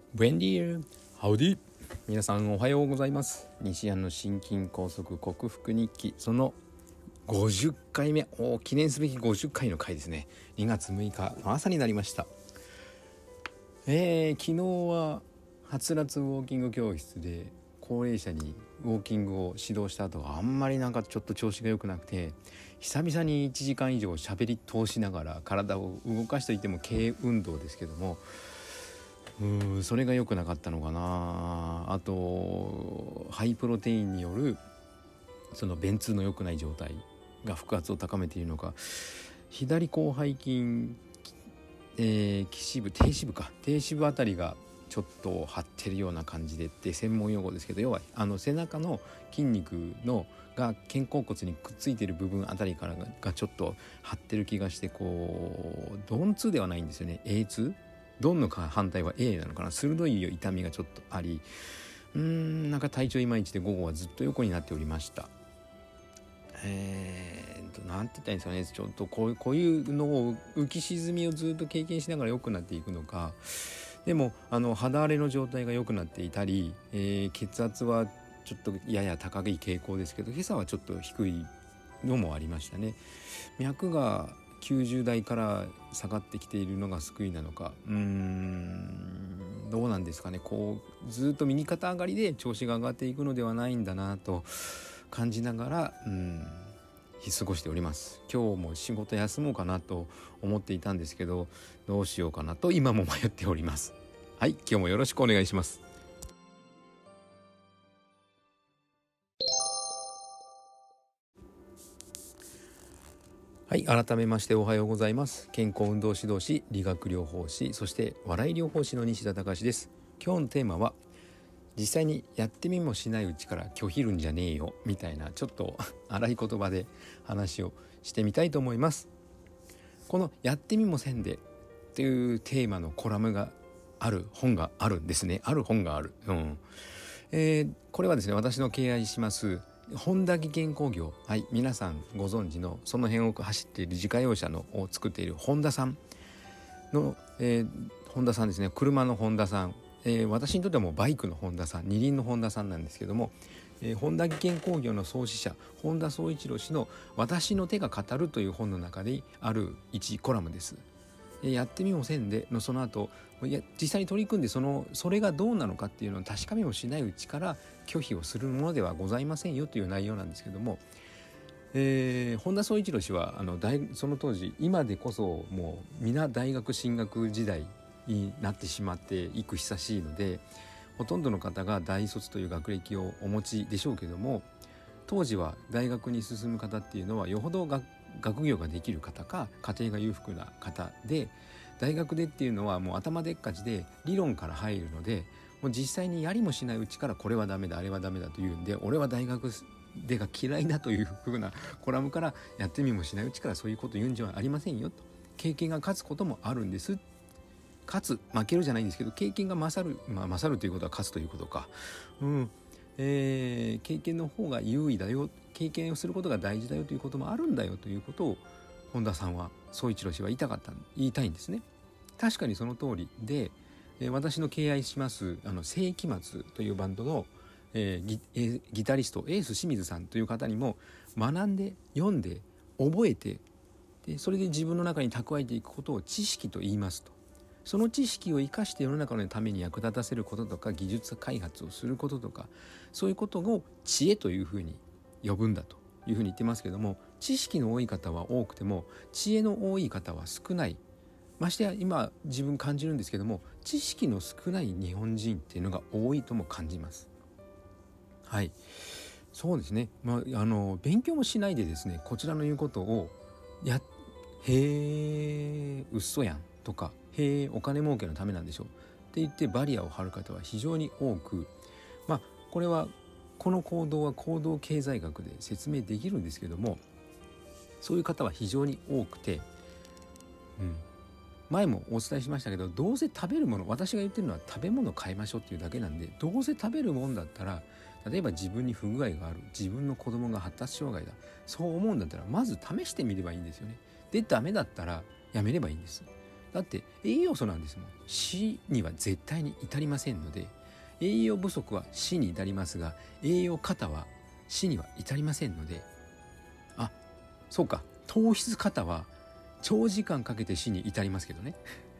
ブエンディーハウディ皆さんおはようございます。西安の心筋梗塞克服日記、その50回目、記念すべき50回の回ですね。2月6日の朝になりました。昨日ははつらつウォーキング教室で高齢者にウォーキングを指導した後あんまりちょっと調子が良くなくて、久々に1時間以上喋り通しながら体を動かしていても軽運動ですけども、それが良くなかったのかな。あとハイプロテインによるその便通の良くない状態が腹圧を高めているのか、左広背筋、低支部あたりがちょっと張ってるような感じでって専門用語ですけど、要は背中の筋肉のが肩甲骨にくっついてる部分あたりからがちょっと張ってる気がして、鈍痛ではないんですよね。A痛、ドンの反対は A なのかな。鋭い痛みがちょっとあり、体調いまいちで午後はずっと横になっておりました。なんて言ったらいいんですかね。ちょっとこういうのを浮き沈みをずっと経験しながら良くなっていくのか、でも肌荒れの状態が良くなっていたり、血圧はちょっとやや高い傾向ですけど、今朝はちょっと低いのもありましたね。脈が90代から下がってきているのが救いなのか、どうなんですかね。ずっと右肩上がりで調子が上がっていくのではないんだなと感じながら過ごしております。今日も仕事休もうかなと思っていたんですけど、どうしようかなと今も迷っております。はい、今日もよろしくお願いします。はい、改めましておはようございます。健康運動指導士、理学療法士、そして笑い療法士の西田隆です。今日のテーマは、実際にやってみもしないうちから拒否るんじゃねえよみたいな、ちょっと荒い言葉で話をしてみたいと思います。このやってみもせんでというテーマのコラムがある本があるんですね。これはですね、私の敬愛します本田技研工業、皆さんご存知のその辺を走っている自家用車を作っている本田さんの、本田さんですね。車の本田さん、私にとってはもうバイクの本田さん、二輪の本田さんなんですけども、本田技研工業の創始者本田宗一郎氏の私の手が語るという本の中である一コラムです。やってみもせんでのその後、実際に取り組んでそれがどうなのかっていうのを確かめもしないうちから拒否をするものではございませんよという内容なんですけども、本田宗一郎氏はその当時、今でこそもう皆大学進学時代になってしまっていく久しいので、ほとんどの方が大卒という学歴をお持ちでしょうけども、当時は大学に進む方っていうのはよほど学業ができる方か家庭が裕福な方で、大学でっていうのはもう頭でっかちで理論から入るので、もう実際にやりもしないうちからこれはダメだあれはダメだというんで、俺は大学でが嫌いだというふうなコラムから、やってみもしないうちからそういうこと言うんじゃありませんよと。経験が勝つこともあるんです。勝つ負けるじゃないんですけど、経験が勝る、勝るということは勝つということか。経験の方が優位だよ、経験をすることが大事だよということもあるんだよということを本田さんは、宗一郎氏は言いたいんですね。確かにその通りで、私の敬愛します世紀末というバンドの、ギタリストエース清水さんという方にも、学んで読んで覚えて、でそれで自分の中に蓄えていくことを知識と言いますと。その知識を生かして世の中のために役立たせることとか、技術開発をすることとか、そういうことを知恵というふうに呼ぶんだというふうに言ってますけども、知識の多い方は多くても知恵の多い方は少ない。ましてや今自分感じるんですけども、知識の少ない日本人っていうのが多いとも感じます。はい、そうですね。勉強もしないでですね、こちらの言うことをへーうっそやんとか、へーお金儲けのためなんでしょって言ってバリアを張る方は非常に多く、これはこの行動は行動経済学で説明できるんですけども、そういう方は非常に多くて、前もお伝えしましたけど、どうせ食べるもの、私が言ってるのは食べ物を買いましょうっていうだけなんで、どうせ食べるもんだったら、例えば自分に不具合がある、自分の子供が発達障害だ、そう思うんだったらまず試してみればいいんですよね。でダメだったらやめればいいんです。 だって栄養素なんですもん。死には絶対に至りませんので、栄養不足は死に至りますが、栄養過多は死には至りませんので、そうか、糖質過多は長時間かけて死に至りますけどね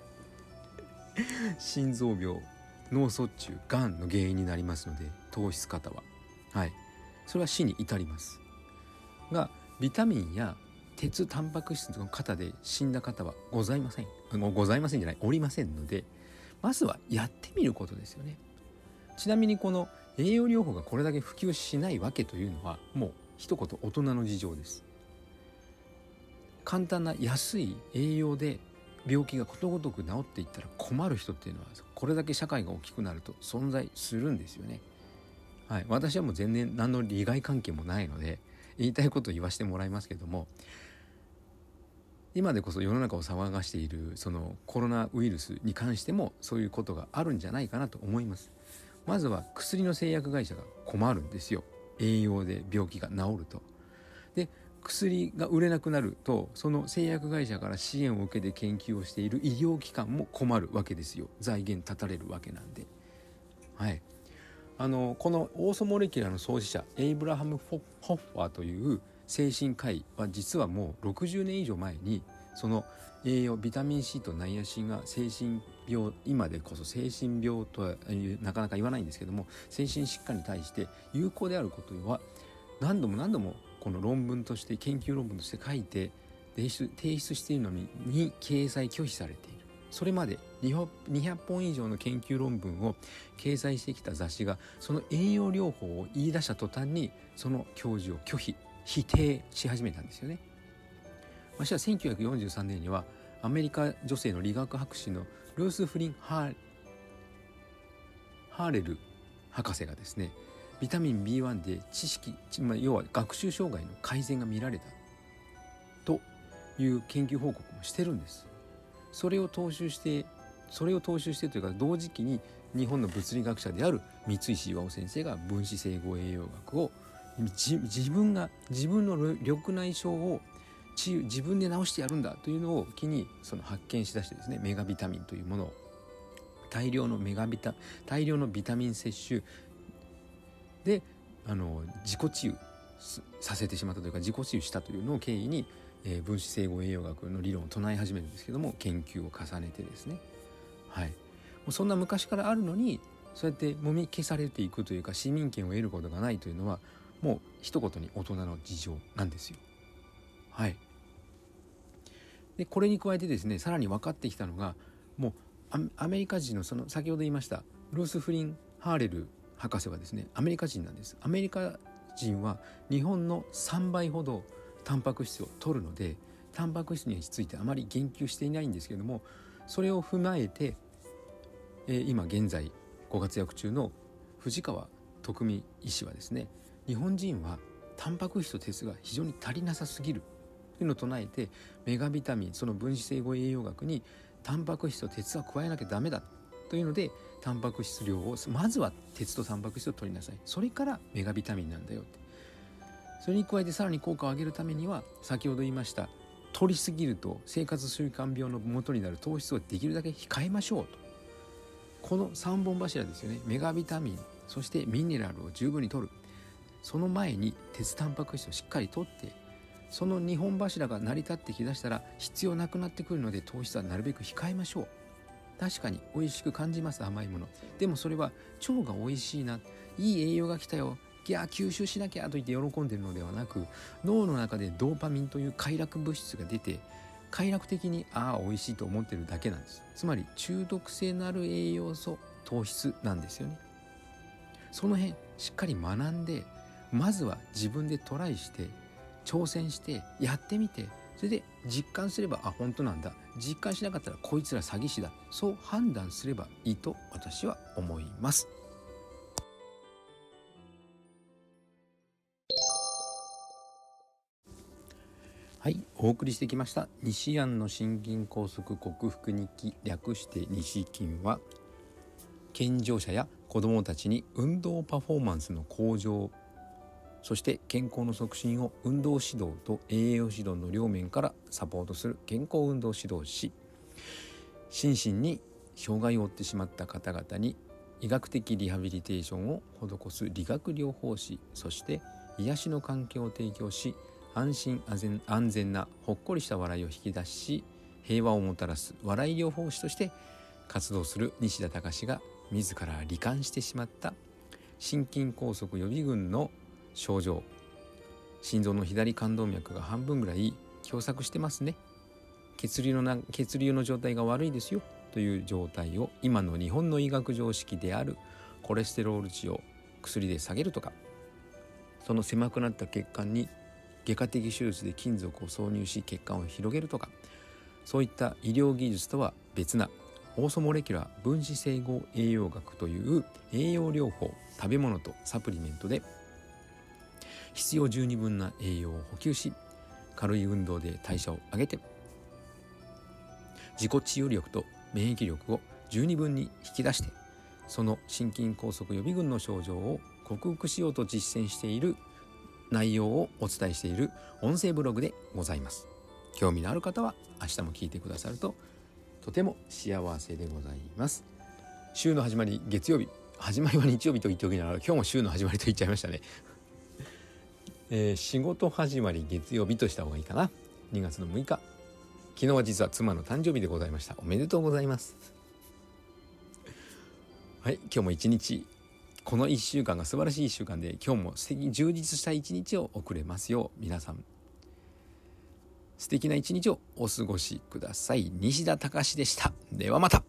心臓病、脳卒中、がんの原因になりますので、糖質過多はそれは死に至りますが、ビタミンや鉄、タンパク質の過多で死んだ方はおりませんので、まずはやってみることですよね。ちなみにこの栄養療法がこれだけ普及しないわけというのは、もう一言大人の事情です。簡単な安い栄養で病気がことごとく治っていったら困る人っていうのは、これだけ社会が大きくなると存在するんですよね。私はもう全然何の利害関係もないので言いたいことを言わせてもらいますけども、今でこそ世の中を騒がしているそのコロナウイルスに関してもそういうことがあるんじゃないかなと思います。まずは薬の製薬会社が困るんですよ。栄養で病気が治ると。で、薬が売れなくなると、その製薬会社から支援を受けて研究をしている医療機関も困るわけですよ。財源断たれるわけなんで。このオーソモレキュラの創始者エイブラハム・ホッファーという精神科医は、実はもう60年以上前にその栄養、ビタミン C とナイアシンが精神病、今でこそ精神病とはなかなか言わないんですけども、精神疾患に対して有効であることは何度もこの論文として、研究論文として書いて提出しているのに掲載拒否されている。それまで200本以上の研究論文を掲載してきた雑誌が、その栄養療法を言い出した途端にその教授を否定し始めたんですよね。私は1943年にはアメリカ女性の理学博士のルース・フリン・ハーレル博士がですね、ビタミン B1 で要は学習障害の改善が見られたという研究報告もしてるんです。それを踏襲してというか、同時期に日本の物理学者である三石岩尾先生が分子整合栄養学を自分の緑内障を自分で治してやるんだというのを機に発見しだしてですね、メガビタミンというものを大量のビタミン摂取で自己治癒させてしまったというか、自己治癒したというのを経緯に、分子整合栄養学の理論を唱え始めるんですけども、研究を重ねてですね、もうそんな昔からあるのに、そうやってもみ消されていくというか、市民権を得ることがないというのは、もう一言に大人の事情なんですよ。でこれに加えてですね、さらに分かってきたのが、もうアメリカ人の先ほど言いましたルース・フリン・ハーレル博士はですね、アメリカ人なんです。アメリカ人は日本の3倍ほどタンパク質を摂るので、タンパク質についてあまり言及していないんですけれども、それを踏まえて、今現在ご活躍中の藤川徳美医師はですね、日本人はタンパク質と鉄が非常に足りなさすぎるというのを唱えて、メガビタミン、その分子整合栄養学にタンパク質と鉄は加えなきゃダメだというので、タンパク質量をまずは鉄とタンパク質を取りなさい、それからメガビタミンなんだよって。それに加えてさらに効果を上げるためには、先ほど言いました取りすぎると生活習慣病の元になる糖質をできるだけ控えましょうと。この3本柱ですよね。メガビタミン、そしてミネラルを十分に摂る、その前に鉄タンパク質をしっかり摂って、その2本柱が成り立ってきだしたら必要なくなってくるので、糖質はなるべく控えましょう。確かに美味しく感じます、甘いもの。でもそれは腸が美味しいな、いい栄養が来たよ、吸収しなきゃと言って喜んでいるのではなく、脳の中でドーパミンという快楽物質が出て、快楽的に美味しいと思っているだけなんです。つまり中毒性のある栄養素、糖質なんですよね。その辺しっかり学んで、まずは自分でトライして挑戦してやってみて、それで実感すれば本当なんだ、実感しなかったらこいつら詐欺師だ、そう判断すればいいと私は思います。お送りしてきました西安の心筋梗塞克服日記、略して西筋は、健常者や子どもたちに運動パフォーマンスの向上、そして健康の促進を運動指導と栄養指導の両面からサポートする健康運動指導士、 心身に障害を負ってしまった方々に医学的リハビリテーションを施す理学療法士、そして癒しの環境を提供し、安心安全なほっこりした笑いを引き出し、平和をもたらす笑い療法士として活動する西田隆が自ら罹患してしまった心筋梗塞予備軍の症状、心臓の左冠動脈が半分ぐらい狭窄してますね、血流の状態が悪いですよという状態を今の日本の医学常識であるコレステロール値を薬で下げるとか、その狭くなった血管に外科的手術で金属を挿入し血管を広げるとか、そういった医療技術とは別なオーソモレキュラー分子整合栄養学という栄養療法、食べ物とサプリメントで必要十二分な栄養を補給し、軽い運動で代謝を上げて自己治癒力と免疫力を十二分に引き出して、その心筋梗塞予備軍の症状を克服しようと実践している内容をお伝えしている音声ブログでございます。興味のある方は明日も聞いてくださるととても幸せでございます。週の始まり月曜日、始まりは日曜日と言っておきながら今日も週の始まりと言っちゃいましたね仕事始まり月曜日とした方がいいかな。2月の6日、昨日は実は妻の誕生日でございました。おめでとうございますはい、今日も一日、この1週間が素晴らしい1週間で、今日も素敵充実した1日を送れますよう、皆さん素敵な1日をお過ごしください。西田隆でした。ではまた。